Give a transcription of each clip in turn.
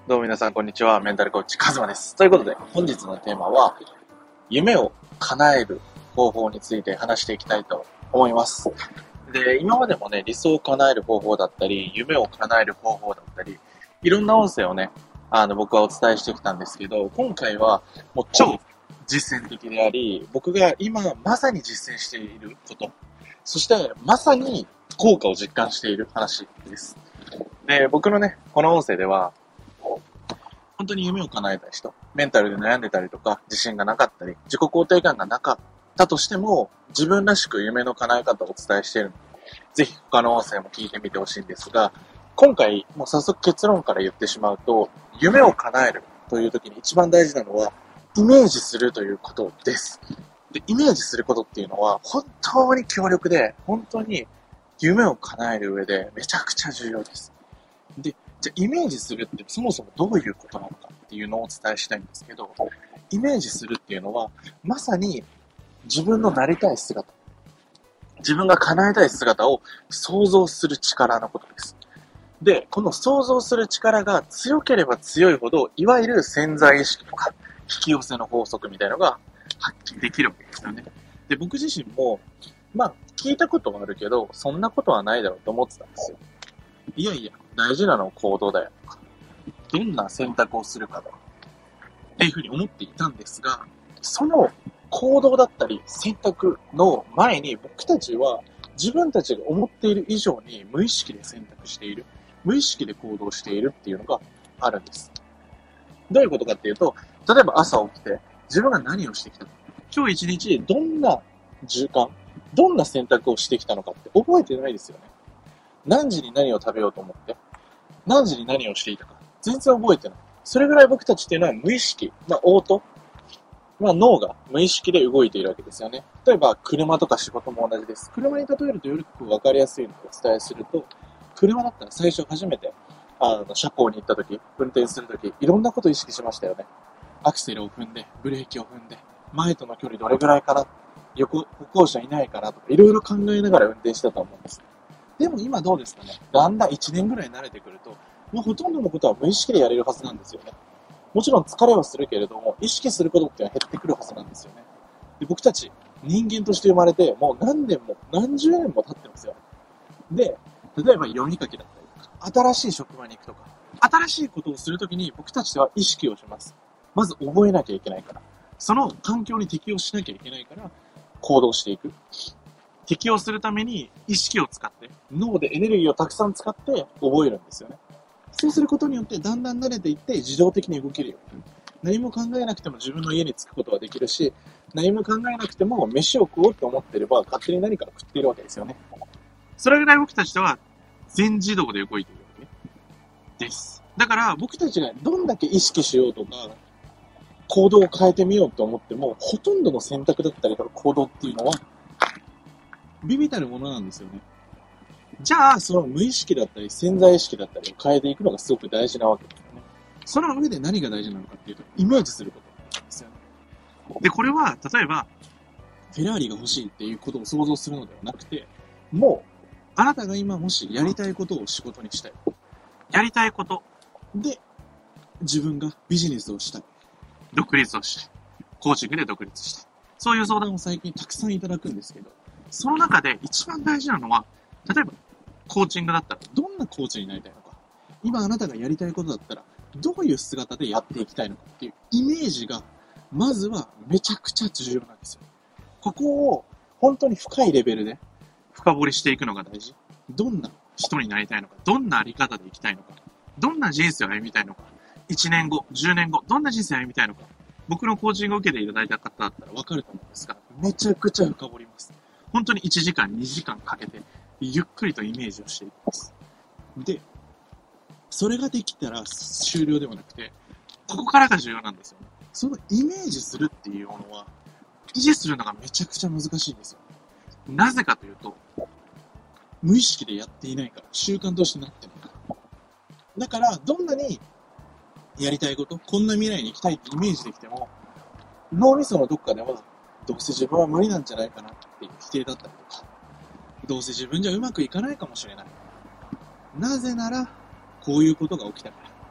どうも皆さんこんにちは。メンタルコーチカズマです。ということで本日のテーマは夢を叶える方法について話していきたいと思います。で、今までもね、理想を叶える方法だったり、夢を叶える方法だったり、いろんな音声をね、僕はお伝えしてきたんですけど、今回はもう超実践的であり、僕が今まさに実践していること、そしてまさに効果を実感している話です。で、僕のね、この音声では、本当に夢を叶えた人、メンタルで悩んでたりとか、自信がなかったり、自己肯定感がなかったとしても、自分らしく夢の叶え方をお伝えしているので、ぜひ他の音声も聞いてみてほしいんですが、今回、もう早速結論から言ってしまうと、夢を叶えるという時に一番大事なのは、イメージするということです。で、イメージすることっていうのは、本当に強力で、本当に夢を叶える上でめちゃくちゃ重要です。で、じゃあイメージするってそもそもどういうことなのかっていうのをお伝えしたいんですけど、イメージするっていうのは、まさに自分のなりたい姿、自分が叶えたい姿を想像する力のことです。で、この想像する力が強ければ強いほど、いわゆる潜在意識とか引き寄せの法則みたいなのが発揮できるわけですよね。で、僕自身も、聞いたことはあるけど、そんなことはないだろうと思ってたんですよ。いやいや、大事なのは行動だよとか、どんな選択をするかだっていうふうに思っていたんですが、その行動だったり選択の前に僕たちは自分たちが思っている以上に無意識で選択している、無意識で行動しているっていうのがあるんです。どういうことかっていうと、例えば朝起きて自分が何をしてきたのか、今日一日どんな習慣、どんな選択をしてきたのかって覚えてないですよね。何時に何を食べようと思って、何時に何をしていたか、全然覚えてない。それぐらい僕たちっていうのは無意識、オート、脳が無意識で動いているわけですよね。例えば、車とか仕事も同じです。車に例えるとより分かりやすいのをお伝えすると、車だったら最初初めて、車庫に行った時、運転する時、いろんなことを意識しましたよね。アクセルを踏んで、ブレーキを踏んで、前との距離どれぐらいかな、歩行者いないかなとか、いろいろ考えながら運転してたと思うんです。でも今どうですかね。だんだん1年ぐらい慣れてくると、ほとんどのことは無意識でやれるはずなんですよね。もちろん疲れはするけれども、意識することっていうのは減ってくるはずなんですよね。で、僕たち、人間として生まれて、もう何年も、何十年も経ってますよ。で、例えば読み書きだったりとか、新しい職場に行くとか、新しいことをするときに僕たちは意識をします。まず覚えなきゃいけないから。その環境に適応しなきゃいけないから、行動していく。適応するために意識を使って、脳でエネルギーをたくさん使って覚えるんですよね。そうすることによってだんだん慣れていって自動的に動けるように。何も考えなくても自分の家に着くことができるし、何も考えなくても飯を食おうと思ってれば勝手に何かを食っているわけですよね。それぐらい僕たちとは全自動で動いているわけです。だから僕たちがどんだけ意識しようとか、行動を変えてみようと思っても、ほとんどの選択だったりとか行動っていうのは微々たるものなんですよね。じゃあ、その無意識だったり潜在意識だったりを変えていくのがすごく大事なわけですよね。その上で何が大事なのかっていうと、イメージすることなんですよね。で、これは、例えば、フェラーリが欲しいっていうことを想像するのではなくて、もう、あなたが今もしやりたいことを仕事にしたい。やりたいことで、自分がビジネスをしたい。独立をしたい。コーチングで独立したい。そういう相談を最近たくさんいただくんですけど、その中で一番大事なのは、例えば、コーチングだったらどんなコーチになりたいのか、今あなたがやりたいことだったらどういう姿でやっていきたいのかっていうイメージがまずはめちゃくちゃ重要なんですよ。ここを本当に深いレベルで深掘りしていくのが大事。どんな人になりたいのか、どんなあり方で生きたいのか、どんな人生を歩みたいのか、1年後、10年後、どんな人生を歩みたいのか、僕のコーチングを受けていただいた方だったら分かると思うんですが、めちゃくちゃ深掘ります。本当に1時間、2時間かけてゆっくりとイメージをしていきます。で、それができたら終了ではなくて、ここからが重要なんですよね。そのイメージするっていうものは、維持するのがめちゃくちゃ難しいんですよ。なぜかというと、無意識でやっていないから、習慣としてなってないから。だから、どんなにやりたいこと、こんな未来に行きたいってイメージできても、脳みそのどっかでは、どうせ自分は無理なんじゃないかなっていう否定だったりとか、どうせ自分じゃうまくいかないかもしれない。なぜなら、こういうことが起きたから。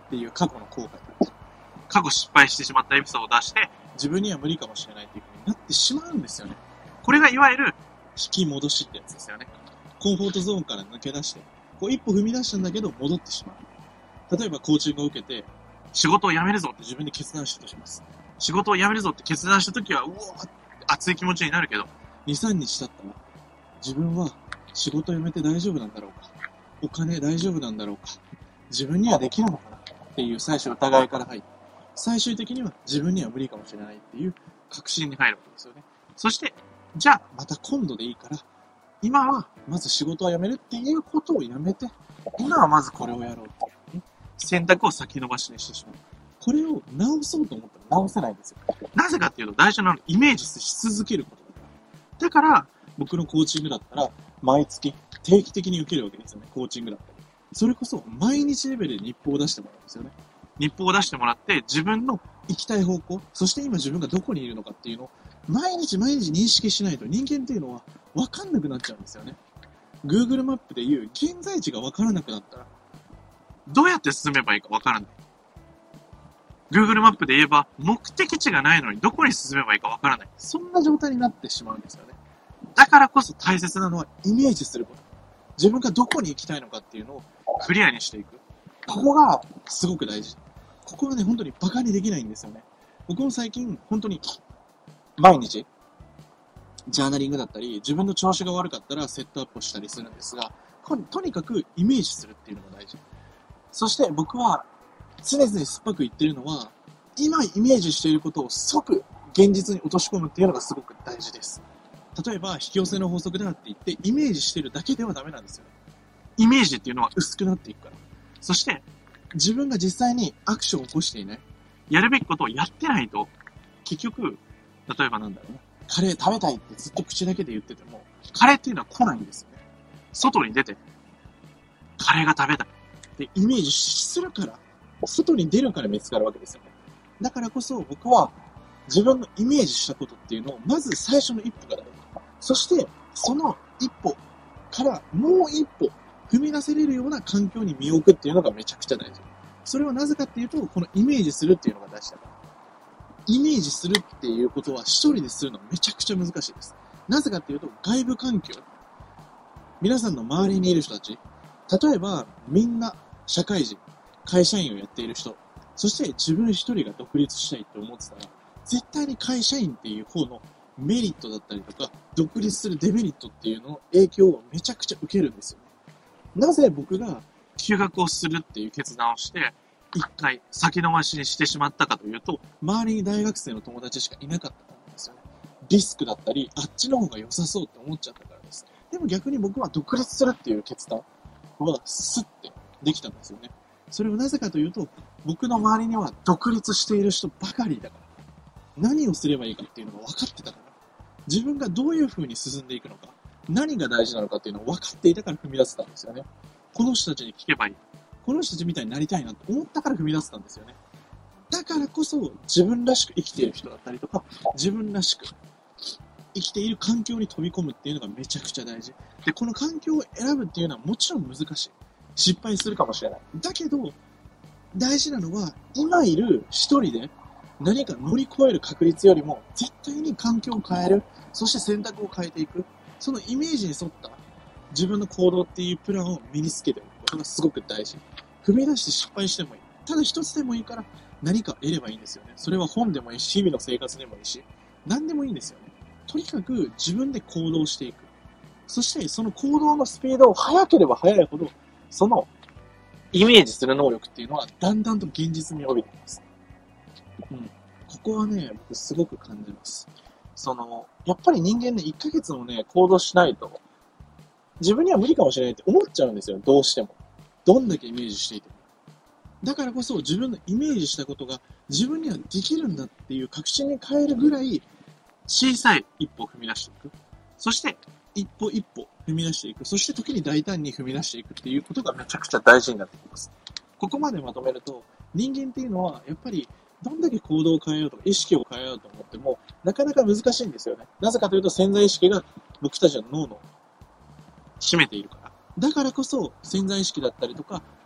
っていう過去の後悔だったり、過去失敗してしまったエピソードを出して、自分には無理かもしれないっていう風になってしまうんですよね。これがいわゆる引き戻しってやつですよね。コンフォートゾーンから抜け出して、こう一歩踏み出したんだけど戻ってしまう。例えばコーチングを受けて、仕事を辞めるぞって自分で決断したとします。仕事を辞めるぞって決断したときは、うおー熱い気持ちになるけど、2、3日経ったら、自分は仕事を辞めて大丈夫なんだろうか。お金大丈夫なんだろうか。自分にはできるのかなっていう最初疑いから入って、最終的には自分には無理かもしれないっていう確信に入るわけですよね。そして、じゃあまた今度でいいから、今はまず仕事を辞めるっていうことをやめて、今はまずこれをやろうっていう、選択を先延ばしにしてしまう。これを直そうと思ったら直せないんですよ。なぜかっていうと大事なのはイメージし続けることだから。だから、僕のコーチングだったら、毎月定期的に受けるわけですよね。コーチングだったり。それこそ毎日レベルで日報を出してもらうんですよね。日報を出してもらって、自分の行きたい方向、そして今自分がどこにいるのかっていうのを、毎日認識しないと人間っていうのは分かんなくなっちゃうんですよね。Google マップでいう現在地が分からなくなったら、どうやって進めばいいか分からない。Google マップで言えば、目的地がないのにどこに進めばいいか分からない。そんな状態になってしまうんですよね。だからこそ大切なのはイメージすること。自分がどこに行きたいのかっていうのをクリアにしていく。ここがすごく大事。ここはね、本当にバカにできないんですよね。僕も最近、本当に、毎日、ジャーナリングだったり、自分の調子が悪かったらセットアップをしたりするんですが、とにかくイメージするっていうのが大事。そして僕は、常々酸っぱく言ってるのは、今イメージしていることを即現実に落とし込むっていうのがすごく大事です。例えば、引き寄せの法則だって言って、イメージしてるだけではダメなんですよ。イメージっていうのは薄くなっていくから。そして、自分が実際にアクションを起こしていない。やるべきことをやってないと、結局、例えばなんだろうな。カレー食べたいってずっと口だけで言ってても、カレーっていうのは来ないんですよね。外に出て、カレーが食べたい。で、イメージするから、外に出るから見つかるわけですよね。だからこそ僕は、自分のイメージしたことっていうのを、まず最初の一歩からだ。そして、その一歩からもう一歩踏み出せれるような環境に身を置くっていうのがめちゃくちゃ大事。それはなぜかっていうと、このイメージするっていうのが大事だから。イメージするっていうことは一人でするのめちゃくちゃ難しいです。なぜかっていうと、外部環境。皆さんの周りにいる人たち。例えば、みんな社会人、会社員をやっている人。そして自分一人が独立したいって思ってたら、絶対に会社員っていう方のメリットだったりとか、独立するデメリットっていうのの影響をめちゃくちゃ受けるんですよね。なぜ僕が休学をするっていう決断をして、一回先延ばしにしてしまったかというと、周りに大学生の友達しかいなかったからですよね。リスクだったり、あっちの方が良さそうって思っちゃったからです。でも逆に僕は独立するっていう決断はスッてできたんですよね。それはなぜかというと、僕の周りには独立している人ばかりだから。何をすればいいかっていうのが分かってたから。自分がどういう風に進んでいくのか、何が大事なのかっていうのを分かっていたから踏み出せたんですよね。この人たちに聞けばいい。この人たちみたいになりたいなと思ったから踏み出せたんですよね。だからこそ自分らしく生きている人だったりとか、自分らしく生きている環境に飛び込むっていうのがめちゃくちゃ大事。で、この環境を選ぶっていうのはもちろん難しい。失敗するかもしれない。だけど、大事なのは、今いる一人で何か乗り越える確率よりも、絶対に環境を変える。そして選択を変えていく。そのイメージに沿った自分の行動っていうプランを身につけておくことがすごく大事。踏み出して失敗してもいい。ただ一つでもいいから何か得ればいいんですよね。それは本でもいいし、日々の生活でもいいし、何でもいいんですよね。とにかく自分で行動していく。そしてその行動のスピードを速ければ速いほど、そのイメージする能力っていうのはだんだんと現実に帯びてきます。ここはね、僕すごく感じます。やっぱり人間ね、1ヶ月もね、行動しないと、自分には無理かもしれないって思っちゃうんですよ、どうしても。どんだけイメージしていても。だからこそ自分のイメージしたことが自分にはできるんだっていう確信に変えるぐらい、小さい一歩を踏み出していく。そして、一歩一歩踏み出していく。そして時に大胆に踏み出していくっていうことがめちゃくちゃ大事になってきます。ここまでまとめると、人間っていうのは、やっぱり、どんだけ行動を変えようとか、意識を変えようと思っても、なかなか難しいんですよね。なぜかというと、潜在意識が僕たちの脳の占めているから。だからこそ、潜在意識だったりとか、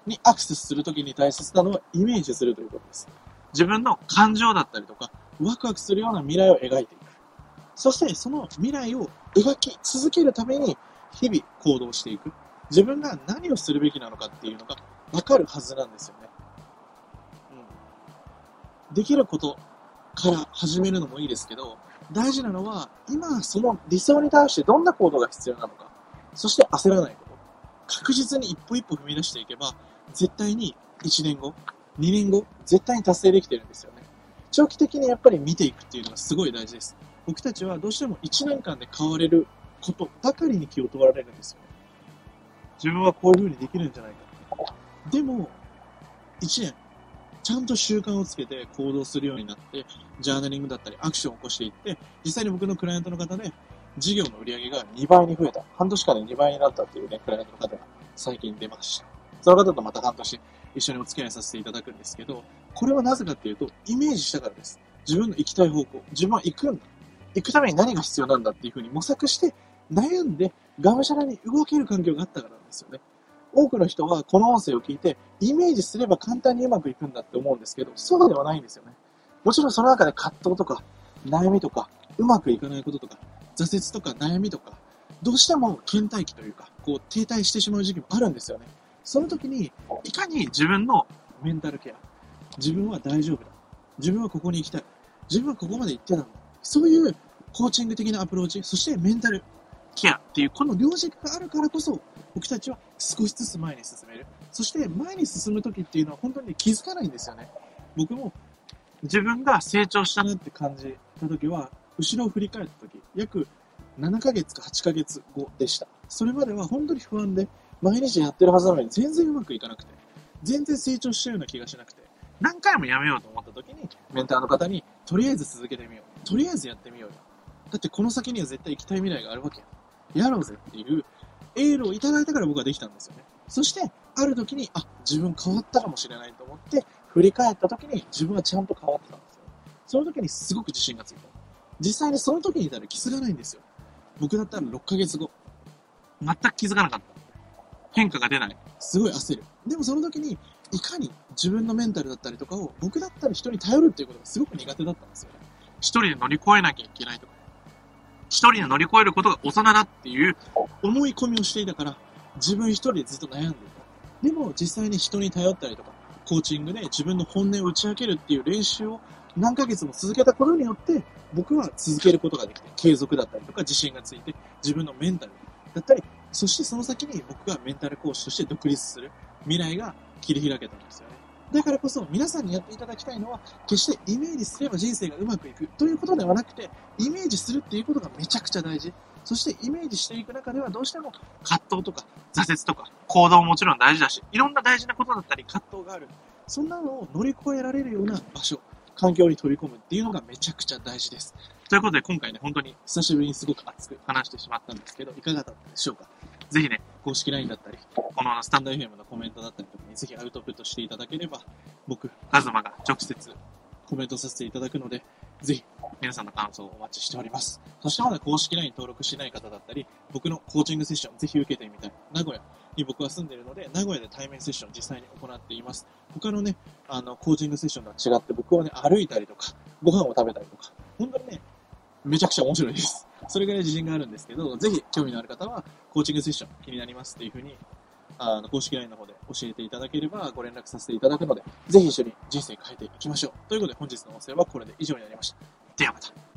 にアクセスするときに大切なのはイメージするということです。自分の感情だったりとか、ワクワクするような未来を描いていく。そしてその未来を描き続けるために日々行動していく。自分が何をするべきなのかっていうのが分かるはずなんですよね。できることから始めるのもいいですけど、大事なのは今その理想に対してどんな行動が必要なのか。そして焦らないこと。確実に一歩一歩踏み出していけば、絶対に1年後、2年後、絶対に達成できてるんですよね。長期的にやっぱり見ていくっていうのがすごい大事です。僕たちはどうしても1年間で変われることばかりに気を取られるんですよね。自分はこういう風にできるんじゃないか。でも、1年、ちゃんと習慣をつけて行動するようになって、ジャーナリングだったりアクションを起こしていって、実際に僕のクライアントの方で、事業の売り上げが2倍に増えた。半年間で2倍になったっていうね、クライアントの方が最近出ました。その方とまた半年一緒にお付き合いさせていただくんですけど、これはなぜかっていうと、イメージしたからです。自分の行きたい方向、自分は行くんだ。行くために何が必要なんだっていうふうに模索して、悩んで、がむしゃらに動ける環境があったからなんですよね。多くの人はこの音声を聞いて、イメージすれば簡単にうまくいくんだって思うんですけど、そうではないんですよね。もちろんその中で葛藤とか、悩みとか、うまくいかないこととか、挫折とか悩みとか、どうしても倦怠期というか、停滞してしまう時期もあるんですよね。その時に、いかに自分のメンタルケア、自分は大丈夫だ。自分はここに行きたい。自分はここまで行ってたんだ。そういうコーチング的なアプローチ、そしてメンタルケアっていうこの両軸があるからこそ、僕たちは少しずつ前に進める。そして前に進む時っていうのは本当に気づかないんですよね。僕も自分が成長したなって感じた時は、後ろを振り返った時、約7ヶ月か8ヶ月後でした。それまでは本当に不安で、毎日やってるはずなのに全然うまくいかなくて、全然成長したような気がしなくて、何回もやめようと思った時に、メンターの方に、とりあえず続けてみよう。とりあえずやってみようよ。だってこの先には絶対行きたい未来があるわけや。やろうぜっていうエールをいただいたから僕はできたんですよね。そして、ある時に、自分変わったかもしれないと思って、振り返った時に自分はちゃんと変わってたんですよ。その時にすごく自信がついた。実際にその時にいたら気づかないんですよ。僕だったら6ヶ月後。全く気づかなかった。変化が出ない。すごい焦る。でもその時に、いかに自分のメンタルだったりとかを、僕だったら人に頼るっていうことがすごく苦手だったんですよね。一人で乗り越えなきゃいけないとか。一人で乗り越えることが幼だっていう思い込みをしていたから、自分一人でずっと悩んでいた。でも実際に人に頼ったりとか、コーチングで自分の本音を打ち明けるっていう練習を何ヶ月も続けたことによって、僕は続けることができて、継続だったりとか自信がついて、自分のメンタルだったり、そしてその先に僕がメンタル講師として独立する未来が切り開けたんですよね。だからこそ皆さんにやっていただきたいのは、決してイメージすれば人生がうまくいくということではなくて、イメージするっていうことがめちゃくちゃ大事。そしてイメージしていく中ではどうしても葛藤とか挫折とか行動ももちろん大事だし、いろんな大事なことだったり葛藤がある。そんなのを乗り越えられるような場所、環境に飛び込むっていうのがめちゃくちゃ大事です。ということで今回ね、本当に久しぶりにすごく熱く話してしまったんですけど、いかがだったでしょうか。ぜひね、公式 LINE だったり、このスタンド FM のコメントだったりとかにぜひアウトプットしていただければ、僕、カズマが直接コメントさせていただくので、ぜひ皆さんの感想をお待ちしております。そしてまだ公式 LINE 登録してない方だったり、僕のコーチングセッションぜひ受けてみたい。名古屋に僕は住んでいるので、名古屋で対面セッション実際に行っています。他のね、コーチングセッションとは違って僕はね、歩いたりとか、ご飯を食べたりとか、本当にね、めちゃくちゃ面白いです。それぐらい自信があるんですけど、ぜひ興味のある方は、コーチングセッション気になりますっていう風に、公式 LINE の方で教えていただければご連絡させていただくので、ぜひ一緒に人生変えていきましょう。ということで本日の音声はこれで以上になりました。ではまた。